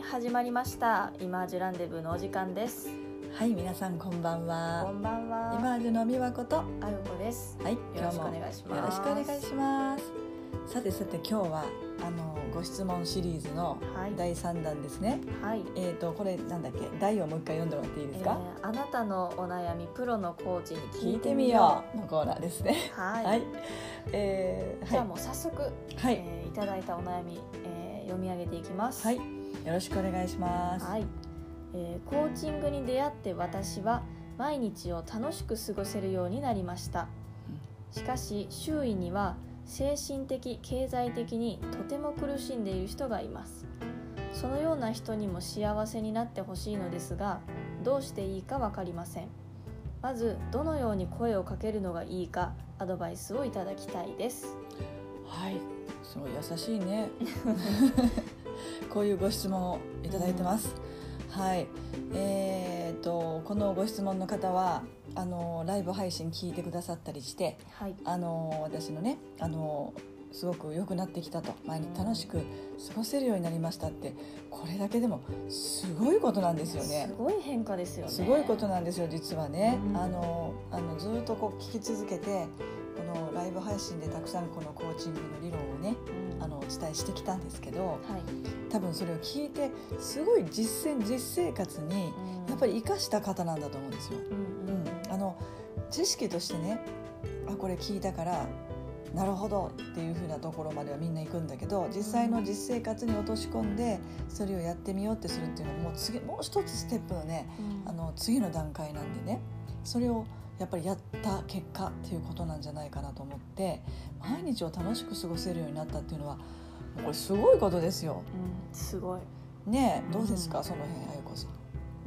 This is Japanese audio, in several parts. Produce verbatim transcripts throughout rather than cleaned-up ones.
始まりました。イマージュランデブーのお時間です。 はい、皆さんこんばんは。 こんばんは。 イマージュの美和子とあゆこです。 はい、 よろしくお願いします。 よろしくお願いします。さてさて、今日はあのご質問シリーズのだいさんだんですね。 はい。 えっ、ー、とこれなんだっけ、題をもう一回読んでもらっていいですか？ えー、あなたのお悩みプロのコーチに聞いてみようのコーナーですね。 はい。 はい。えー、 じゃあもう早速、 はい、 えー、いただいたお悩み、えー、読み上げていきます。 はい。よろしくお願いします。 はい。えー、コーチングに出会って私は毎日を楽しく過ごせるようになりました。しかし周囲には精神的経済的にとても苦しんでいる人がいます。そのような人にも幸せになってほしいのですが、どうしていいか分かりません。まずどのように声をかけるのがいいかアドバイスをいただきたいです。 はい、すごい優しいねこういうご質問をいただいてます、うん、はい。えーとこのご質問の方はあのライブ配信聞いてくださったりして、はい、あの私のねあのすごく良くなってきたと、毎日楽しく過ごせるようになりましたって、これだけでもすごいことなんですよね。 すごい変化ですよね。 すごいことなんですよ、実はね、 うん、あのあのずっとこう聞き続けて、このライブ配信でたくさんこのコーチングの理論をね、うん、あのお伝えしてきたんですけど、はい、多分それを聞いてすごい実践実生活にやっぱり生かした方なんだと思うんですよ、うんうんうん、あの知識としてね、あこれ聞いたからなるほどっていう風なところまではみんな行くんだけど、実際の実生活に落とし込んでそれをやってみようってするっていうのはもう次もう一つステップのね、うん、あの次の段階なんでね、それをやっぱりやった結果っていうことなんじゃないかなと思って、毎日を楽しく過ごせるようになったっていうのはもうこれすごいことですよ、 うん、すごいねえ、どうですか、うん、その辺あゆこさん、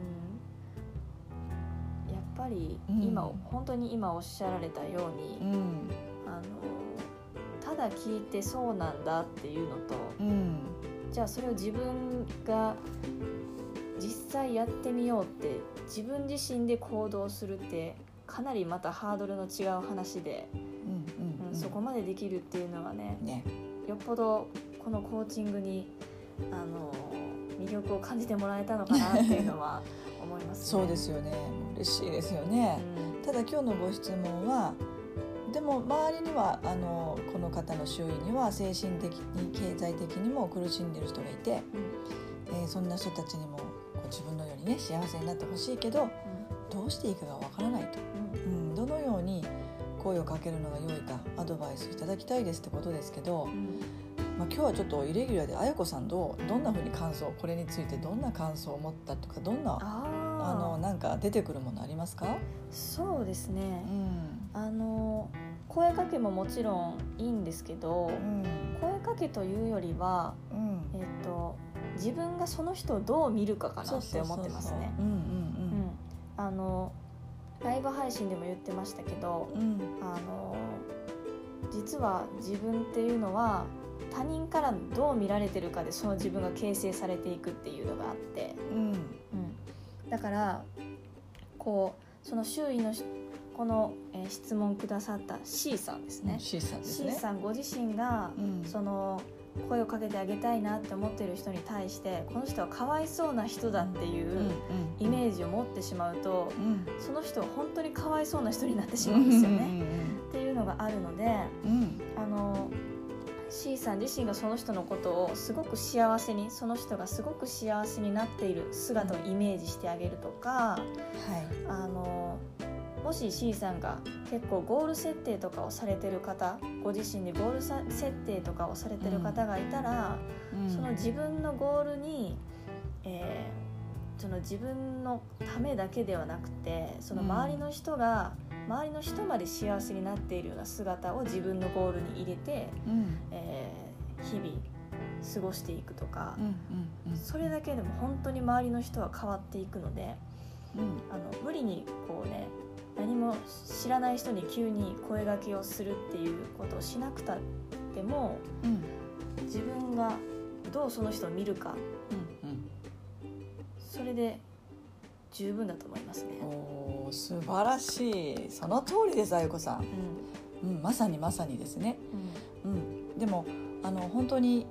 うん、やっぱり今、うん、本当に今おっしゃられたように、うん、あのただ聞いてそうなんだっていうのと、うん、じゃあそれを自分が実際やってみようって自分自身で行動するってかなりまたハードルの違う話で、うんうんうん、そこまでできるっていうのは ね, ねよっぽどこのコーチングにあの魅力を感じてもらえたのかなっていうのは思いますね。 そうですよね、嬉しいですよね、うん、ただ今日のご質問はでも周りにはあのこの方の周囲には精神的に経済的にも苦しんでる人がいて、うんえー、そんな人たちにもこう自分のようにね幸せになってほしいけど、うん、どうしていいかがわからないと、うんうん、どのように声をかけるのが良いかアドバイスいただきたいですってことですけど、うんまあ、今日はちょっとイレギュラーであやこさんどうどんな風に感想、これについてどんな感想を持ったとか、どんなああのなんか出てくるものありますか？ そうですね、うん、あの声かけももちろんいいんですけど、うん、声かけというよりは、うんえーと、自分がその人をどう見るかかなって思ってますね。あのライブ配信でも言ってましたけど、うん、あの実は自分っていうのは他人からどう見られてるかでその自分が形成されていくっていうのがあって、うんうん、だからこうその周囲のこの、えー、質問くださった C さんですね、うん、 C さんですね。 C さんご自身が、うん、その声をかけてあげたいなって思ってる人に対してこの人はかわいそうな人だっていうイメージを持ってしまうと、うん、その人は本当にかわいそうな人になってしまうんですよね、うんうんうん、っていうのがあるので、うん、あの C さん自身がその人のことをすごく幸せに、その人がすごく幸せになっている姿をイメージしてあげるとか、はい、あのもし C さんが結構ゴール設定とかをされてる方、ご自身でゴール設定とかをされてる方がいたら、うん、その自分のゴールに、えー、その自分のためだけではなくてその周りの人が、うん、周りの人まで幸せになっているような姿を自分のゴールに入れて、うんえー、日々過ごしていくとか、うんうんうん、それだけでも本当に周りの人は変わっていくので、うん、あの無理にこうね何も知らない人に急に声掛けをするっていうことをしなくたっても、うん、自分がどうその人を見るか、うんうん、それで十分だと思いますね。 おー、素晴らしい。その通りです、あゆこさん、うんうん、まさにまさにですね、うんうん、でもあの本当に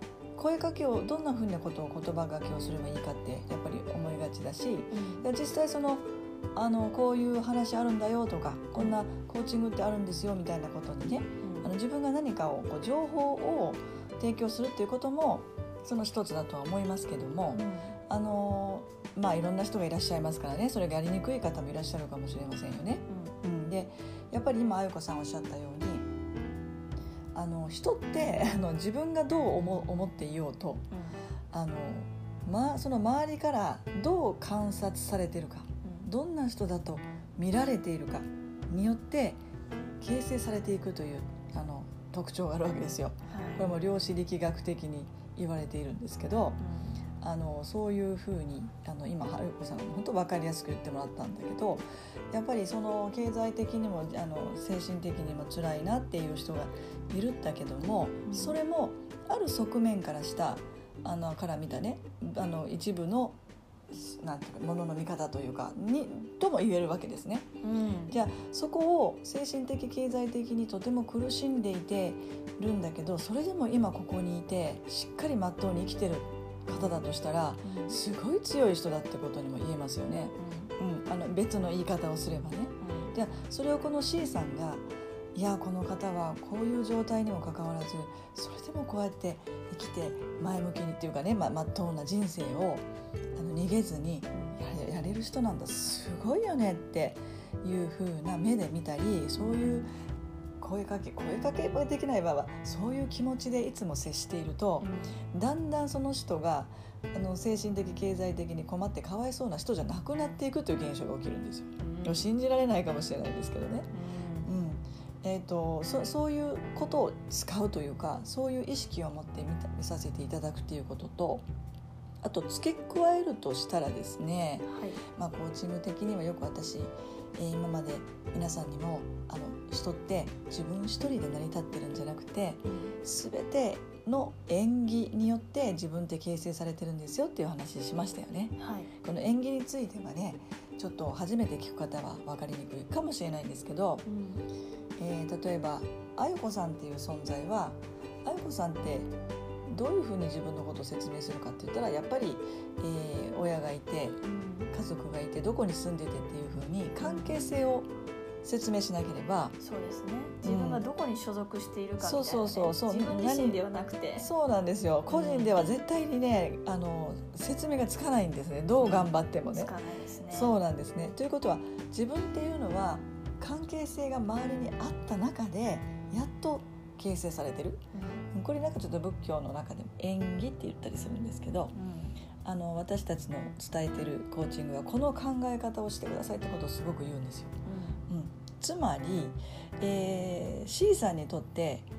声かけをどんなふうなことを言葉がけをすればいいかってやっぱり思いがちだし、うん、実際そのあのこういう話あるんだよとか、こんなコーチングってあるんですよみたいなことにね、うん、あの自分が何かをこう情報を提供するっていうこともその一つだとは思いますけども、うん、あのまあいろんな人がいらっしゃいますからね、それがやりにくい方もいらっしゃるかもしれませんよね、うんうん、でやっぱり今あゆこさんおっしゃったように、あの人ってあの自分がどう 思, 思っていようと、うん、あのま、その周りからどう観察されているか、うん、どんな人だと見られているかによって形成されていくというあの特徴があるわけですよ、はい、これも量子力学的に言われているんですけど、うん、あのそういうふうにあの今春子さんが本当分かりやすく言ってもらったんだけど、やっぱりその経済的にもあの精神的にも辛いなっていう人がいるんだけども、うん、それもある側面からしたあのから見たね、あの一部のなんていうかものの見方というかにとも言えるわけですね、うん、じゃあそこを精神的経済的にとても苦しんでいてるんだけど、それでも今ここにいてしっかりまっとうに生きてる方だとしたら、うん、すごい強い人だってことにも言えますよね、うんうん、あの別の言い方をすればね、うん、じゃあそれをこの C さんが、いやこの方はこういう状態にもかかわらずそれでもこうやって生きて前向きにっていうかね、ま、まっとうな人生をあの逃げずに や, やれる人なんだ、すごいよねっていう風な目で見たり、そういう声かけ声かけはできない場合はそういう気持ちでいつも接していると、うん、だんだんその人があの精神的経済的に困ってかわいそうな人じゃなくなっていくという現象が起きるんですよ、うん、信じられないかもしれないんですけどね、うんうんえー、と そ, そういうことを使うというか、そういう意識を持って 見, た見させていただくということと、あと付け加えるとしたらですね、はいまあ、コーチング的にはよく私、えー、今まで皆さんにもあの人って自分一人で成り立ってるんじゃなくて、うん、全ての縁起によって自分って形成されてるんですよっていう話しましたよね、はい、この縁起についてはねちょっと初めて聞く方は分かりにくいかもしれないんですけど、うんえー、例えばあゆこさんっていう存在は、あゆこさんってどういうふうに自分のことを説明するかって言ったら、やっぱり、えー、親がいて家族がいてどこに住んでてっていうふうに関係性を説明しなければ、 そうですね、自分がどこに所属しているかみたいな、ねうん、 そうそうそうそう、 自分自身ではなくて、 そうなんですよ、個人では絶対にね、うん、あの説明がつかないんですね、どう頑張ってもね、 つかないですね。 そうなんですね。ということは自分っていうのは関係性が周りにあった中でやっと形成されてる、うん、これなんかちょっと仏教の中でも縁起って言ったりするんですけど、うん、あの私たちの伝えてるコーチングはこの考え方をしてくださいってことをすごく言うんですよ、うんうん、つまり、えー、C さんにとって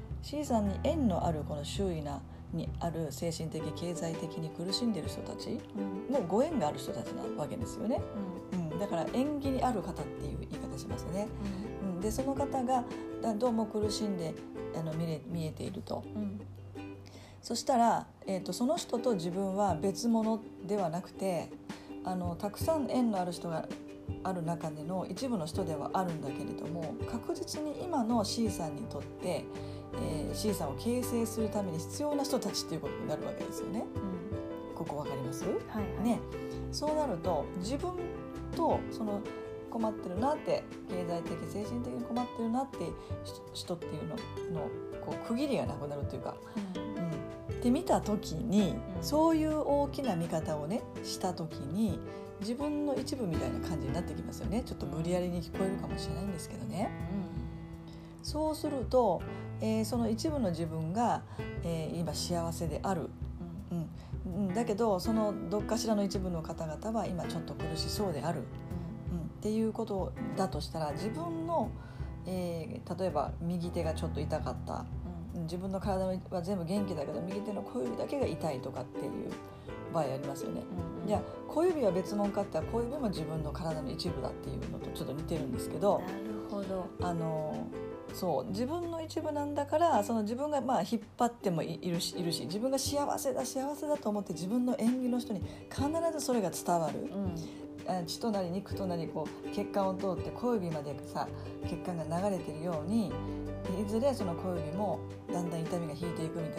C さんに縁のあるこの周囲なにある精神的経済的に苦しんでいる人たち、うん、もうご縁がある人たちなわけですよね、うんうん、だから縁起にある方っていう言い方しますね、うんうん、でその方がどうも苦しんであの 見, れ見えていると、うん、そしたら、えーと、その人と自分は別物ではなくて、あのたくさん縁のある人がある中での一部の人ではあるんだけれども、確実に今の C さんにとって、えー、C さんを形成するために必要な人たちっていうことになるわけですよね、うん、ここわかります、はいはいね、そうなると自分とその困ってるなって、経済的精神的に困ってるなって人っていうののこう区切りがなくなるというか、うんうん、で見た時に、うん、そういう大きな見方をねした時に自分の一部みたいな感じになってきますよね。ちょっと無理やりに聞こえるかもしれないんですけどね、うん、そうすると、えー、その一部の自分が、えー、今幸せである、うんうん、だけどそのどっかしらの一部の方々は今ちょっと苦しそうである、っていうことだとしたら、自分の、えー、例えば右手がちょっと痛かった、うん、自分の体は全部元気だけど右手の小指だけが痛いとかっていう場合ありますよね、うんうん、じゃあ小指は別物かって言ったら小指も自分の体の一部だっていうのとちょっと似てるんですけど、 なるほど、 あのそう自分の一部なんだから、その自分がまあ引っ張っても い, い, るしいるし自分が幸せだ幸せだと思って自分の縁起の人に必ずそれが伝わる、うん血となり肉となりこう血管を通って小指までさ血管が流れているように、いずれその小指もだんだん痛みが引いていくみたいなこと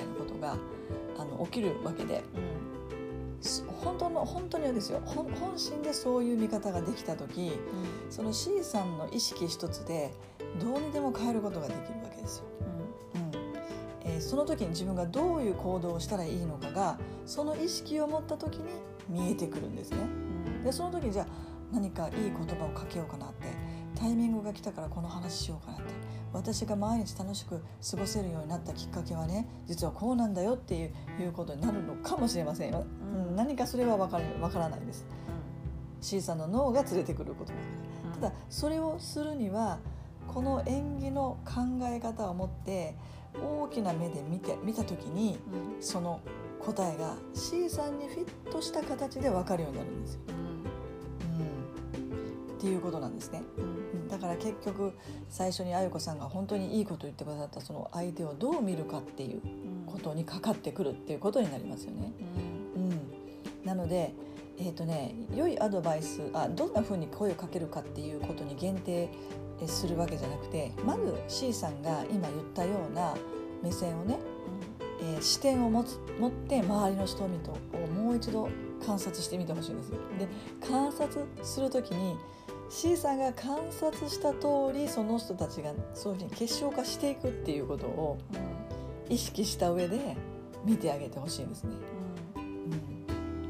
があの起きるわけで、うん、本当の本当にですよ、本心でそういう見方ができた時、うん、その C さんの意識一つでどうにでも変えることができるわけですよ、うんうんえー、その時に自分がどういう行動をしたらいいのかがその意識を持った時に見えてくるんですね、うん、でその時にじゃあ何かいい言葉をかけようかなって、タイミングが来たからこの話しようかなって、私が毎日楽しく過ごせるようになったきっかけはね、実はこうなんだよっていう、いうことになるのかもしれませんよ、うん、何かそれは分かる、分からないです、うん、C さんの脳が連れてくることだから、うん、ただそれをするにはこの縁起の考え方を持って大きな目で見て見た時に、うん、その答えが C さんにフィットした形で分かるようになるんですよ、うんうん、っていうことなんですね、うん、だから結局最初にあゆこさんが本当にいいことを言ってくださったその相手をどう見るかっていうことにかかってくるっていうことになりますよね、うんうん、なので、えーとね、良いアドバイス、あ、どんな風に声をかけるかっていうことに限定するわけじゃなくて、まず C さんが今言ったような目線をね、うんえー、視点を持つ、持って周りの人々をもう一度観察してみてほしいんですよ。で、観察するときに C さんが観察した通りその人たちがそういうふうに結晶化していくっていうことを意識した上で見てあげてほしいんですね、うんうん、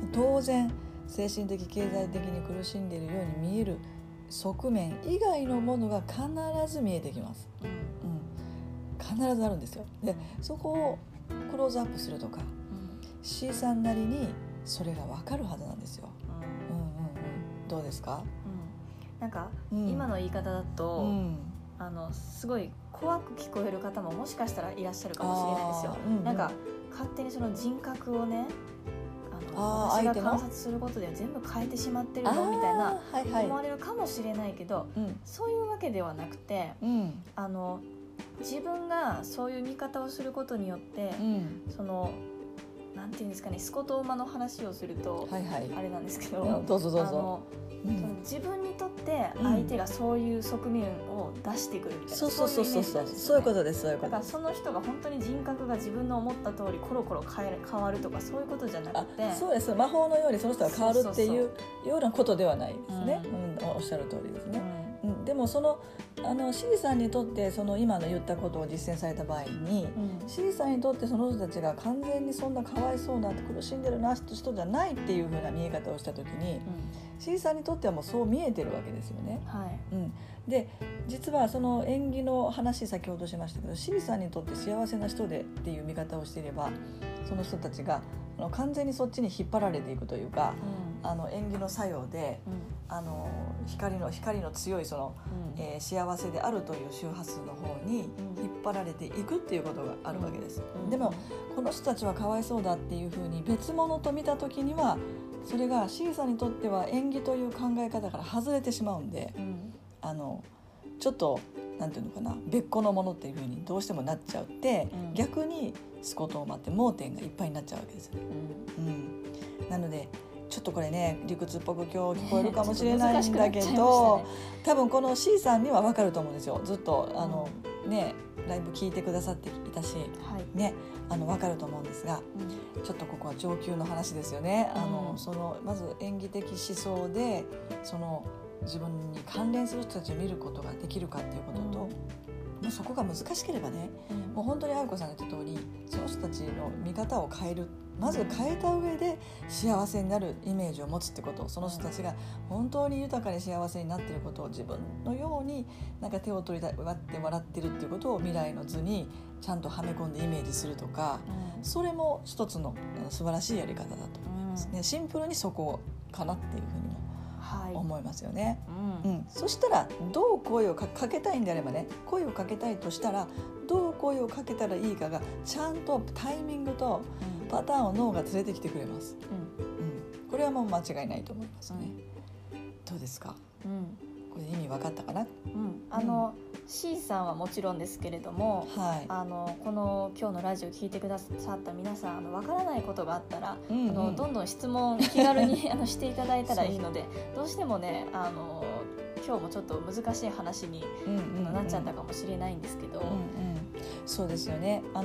当然精神的経済的に苦しんでいるように見える側面以外のものが必ず見えてきます、うんうん、必ずあるんですよ。で、そこをクローズアップするとか、うん、C さんなりにそれが分かるはずなんですよ、うんうんうん、どうですか、 うん、なんか、うん、今の言い方だと、うん、あのすごい怖く聞こえる方ももしかしたらいらっしゃるかもしれないですよ、うんうん、なんか勝手にその人格をね、あの私が観察することで全部変えてしまってるのみたいな思われるかもしれないけど、はいはい、そういうわけではなくて、うん、あの自分がそういう見方をすることによって、うん、そのなんていうんですかね、スコと馬の話をすると、はいはい、あれなんですけど、 うん、どうぞどうぞ、 あの、うん、その自分にとって相手がそういう側面を出してくるみたいな、 そうそうそうそうそう、そういうことです、そういうことです。 だからその人が本当に人格が自分の思った通りコロコロ変え変わるとかそういうことじゃなくて、 あ、そうです、魔法のようにその人が変わるっていうようなことではないですね、うんうん、おっしゃる通りですね、うんうん、でもそのあの C さんにとってその今の言ったことを実践された場合に、うん、C さんにとってその人たちが完全にそんなかわいそうな苦しんでるな人じゃないっていう風な見え方をした時に、うん、C さんにとってはもうそう見えてるわけですよね、はいうん、で実はその縁起の話先ほどしましたけど C さんにとって幸せな人でっていう見方をしていればその人たちがあの完全にそっちに引っ張られていくというか、うん、あの縁起の作用で、うん、あの光の光の強いその、うんえー、幸せであるという周波数の方に引っ張られていくっていうことがあるわけです、うん、でもこの人たちはかわいそうだっていうふうに別物と見た時にはそれが C さんにとっては縁起という考え方から外れてしまうんで、うん、あのちょっとなんていうのかな別個のものっていうふうにどうしてもなっちゃうって、うん、逆にスコと馬って盲点がいっぱいになっちゃうわけですよね、うんうん、なのでちょっとこれね理屈っぽく今日聞こえるかもしれないんだけど、ね、多分この C さんには分かると思うんですよ。ずっとあの、うん、ねライブ聞いてくださっていたし、はい、ねあの分かると思うんですが、うん、ちょっとここは上級の話ですよね、うん、あのそのまず演技的思想でその自分に関連する人たちを見ることができるかっていうことと、うん、もうそこが難しければね、うん、もう本当にあゆこさんが言った通りその人たちの見方を変える、まず変えた上で幸せになるイメージを持つってこと、その人たちが本当に豊かに幸せになっていることを自分のようになんか手を取り割って笑ってるっていうことを未来の図にちゃんとはめ込んでイメージするとか、うん、それも一つの素晴らしいやり方だと思いますね、うん、シンプルにそこかなっていうふうにも思いますよね、はいうんうん、そしたらどう声を か, かけたいんであればね声をかけたいとしたらどう声をかけたらいいかがちゃんとタイミングとパターンを脳が連れてきてくれます、うんうん、これはもう間違いないと思いますね、うん、どうですか、うん、これ意味分かったかな、うん、 あの、うん、C さんはもちろんですけれども、はい、あのこの今日のラジオ聞いてくださった皆さんあの分からないことがあったら、うんうん、あのどんどん質問気軽にあのしていただいたらいいのでどうしてもねあの今日もちょっと難しい話に、うんうんうん、なっちゃったかもしれないんですけど、うんうん、 そうですよね。あの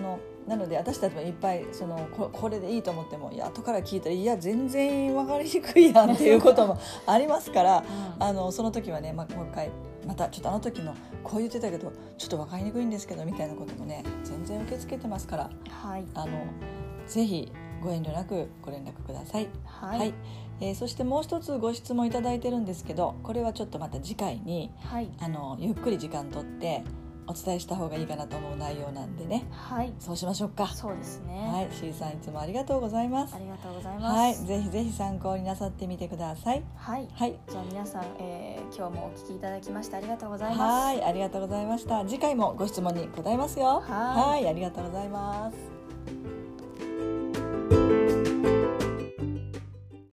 なので私たちもいっぱいその こ, これでいいと思ってもいや後から聞いたらいや全然分かりにくいやんっていうこともありますから、うん、あのその時はね、ま、もう一回またちょっとあの時のこう言ってたけどちょっと分かりにくいんですけどみたいなこともね全然受け付けてますから、はい、あのぜひご遠慮なくご連絡ください。はい、はい、えー、そしてもう一つご質問いただいてるんですけど、これはちょっとまた次回に、はい、あのゆっくり時間とってお伝えした方がいいかなと思う内容なんでね、はい、そうしましょうか。 そうですね。 はい、シーさんいつもありがとうございます。 ありがとうございます。 はい、ぜひぜひ参考になさってみてください。 はい、はい、じゃあ皆さん、えー、今日もお聞きいただきましてありがとうございます。 はい、ありがとうございました。次回もご質問に答えますよ。はい、はい、ありがとうございます。